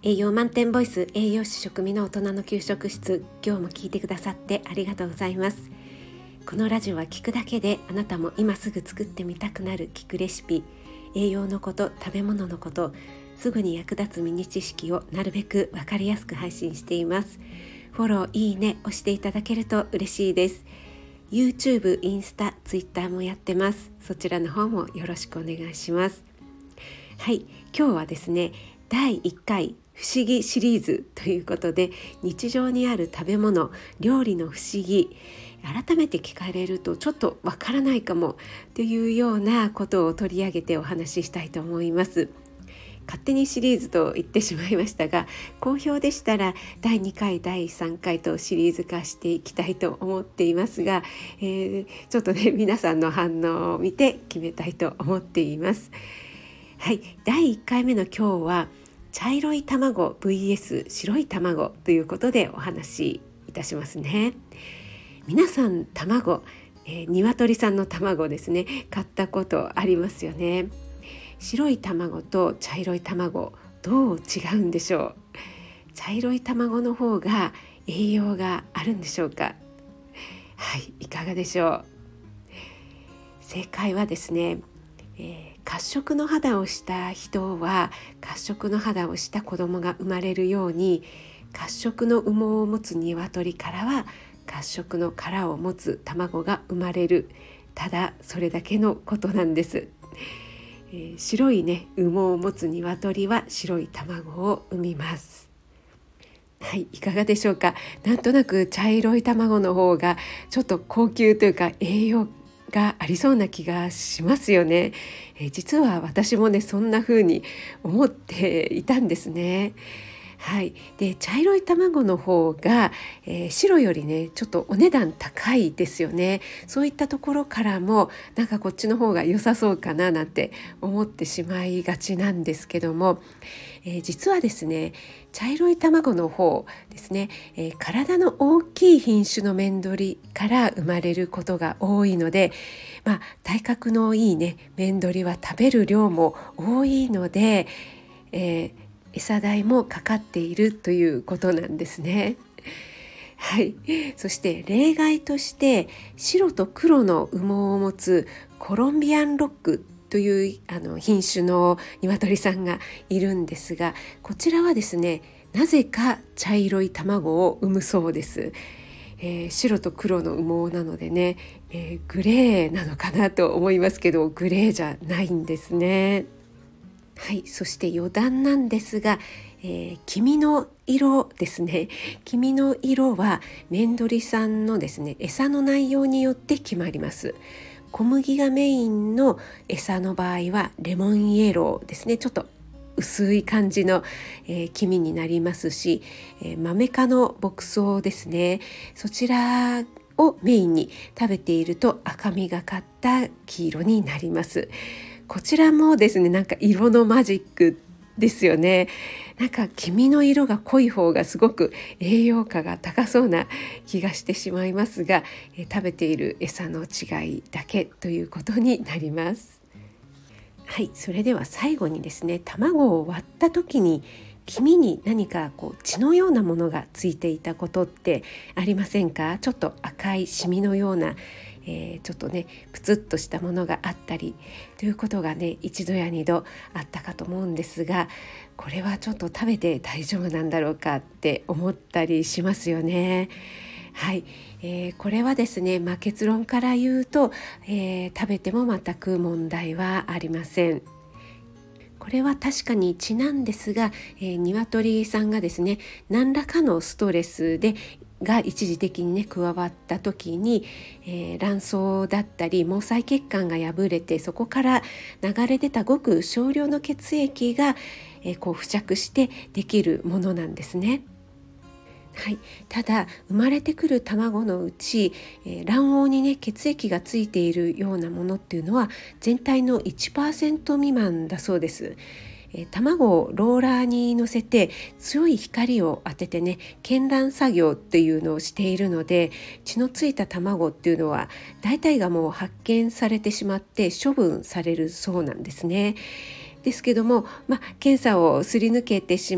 栄養満点ボイス、栄養士食味の大人の給食室。今日も聞いてくださってありがとうございます。このラジオは聞くだけであなたも今すぐ作ってみたくなる聞くレシピ、栄養のこと、食べ物のこと、すぐに役立つミニ知識をなるべく分かりやすく配信しています。フォロー、いいね押していただけると嬉しいです。 YouTube、インスタ、Twitter もやってます。そちらの方もよろしくお願いします。はい、今日はですね、第1回不思議シリーズということで、日常にある食べ物、料理の不思議、改めて聞かれるとちょっとわからないかもというようなことを取り上げてお話ししたいと思います。勝手にシリーズと言ってしまいましたが、好評でしたら第2回第3回とシリーズ化していきたいと思っていますが、ちょっとね、皆さんの反応を見て決めたいと思っています。はい、第1回目の今日は茶色い卵 vs 白い卵ということでお話しいたしますね。皆さん卵、鶏さんの卵ですね、買ったことありますよね。白い卵と茶色い卵、どう違うんでしょう。茶色い卵の方が栄養があるんでしょうか。はい、いかがでしょう。正解はですね、褐色の肌をした人は褐色の肌をした子供が生まれるように、褐色の羽毛を持つ鶏からは褐色の殻を持つ卵が生まれる。ただそれだけのことなんです。白いね、羽毛を持つ鶏は白い卵を産みます。はい、いかがでしょうか。なんとなく茶色い卵の方がちょっと高級というか栄養がありそうな気がしますよね。実は私もね、そんな風に思っていたんですね。はい、で茶色い卵の方が、白よりねちょっとお値段高いですよね。そういったところからもなんかこっちの方が良さそうかななんて思ってしまいがちなんですけども、実はですね、茶色い卵の方ですね、体の大きい品種のメンドリから生まれることが多いので、体格のいいねメンドリは食べる量も多いので、餌代もかかっているということなんですね。はい、そして例外として白と黒の羽毛を持つコロンビアンロックという品種の鶏さんがいるんですが、こちらはですね、なぜか茶色い卵を産むそうです。白と黒の羽毛なのでね、グレーなのかなと思いますけど、グレーじゃないんですね。はい、そして余談なんですが、黄身の色ですね。黄身の色はメンドリさんのですね、餌の内容によって決まります。小麦がメインの餌の場合はレモンイエローですね。ちょっと薄い感じの、黄身になりますし、マメ科の牧草ですね。そちらをメインに食べていると赤みがかった黄色になります。こちらもですね、なんか色のマジックですよね。なんか黄身の色が濃い方がすごく栄養価が高そうな気がしてしまいますが、食べている餌の違いだけということになります。はい、それでは最後にですね、卵を割った時に黄身に何か血のようなものがついていたことってありませんか？ちょっと赤いシミのような、ちょっとねプツッとしたものがあったりということがね、一度や二度あったかと思うんですが、これはちょっと食べて大丈夫なんだろうかって思ったりしますよね。はい、これはですね、結論から言うと、食べても全く問題はありません。これは確かに血なんですが、鶏さんがですね、何らかのストレスが一時的にね加わった時に、卵巣だったり毛細血管が破れて、そこから流れ出たごく少量の血液が、付着してできるものなんですね。はい、ただ生まれてくる卵のうち、卵黄にね血液がついているようなものっていうのは全体の 1% 未満だそうです。卵をローラーに乗せて強い光を当ててね、検卵作業っていうのをしているので、血のついた卵っていうのは大体がもう発見されてしまって処分されるそうなんですね。ですけども、検査をすり抜けてしまって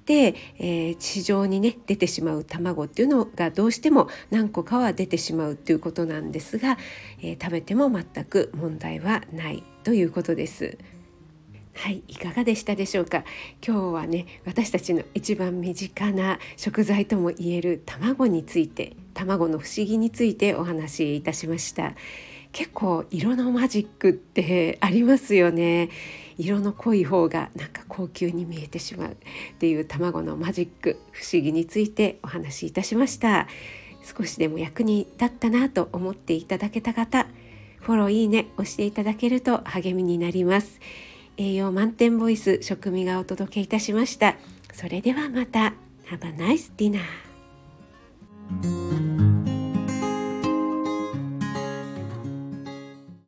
て、市場にね出てしまう卵っていうのがどうしても何個かは出てしまうということなんですが、食べても全く問題はないということです。はい、いかがでしたでしょうか。今日はね、私たちの一番身近な食材ともいえる卵について、卵の不思議についてお話しいたしました。結構色のマジックってありますよね。色の濃い方がなんか高級に見えてしまうっていう卵のマジック、不思議についてお話しいたしました。少しでも役に立ったなと思っていただけた方、フォローいいね押していただけると励みになります。栄養満点ボイス食味がお届けいたしました。それではまた。Have a nice dinner.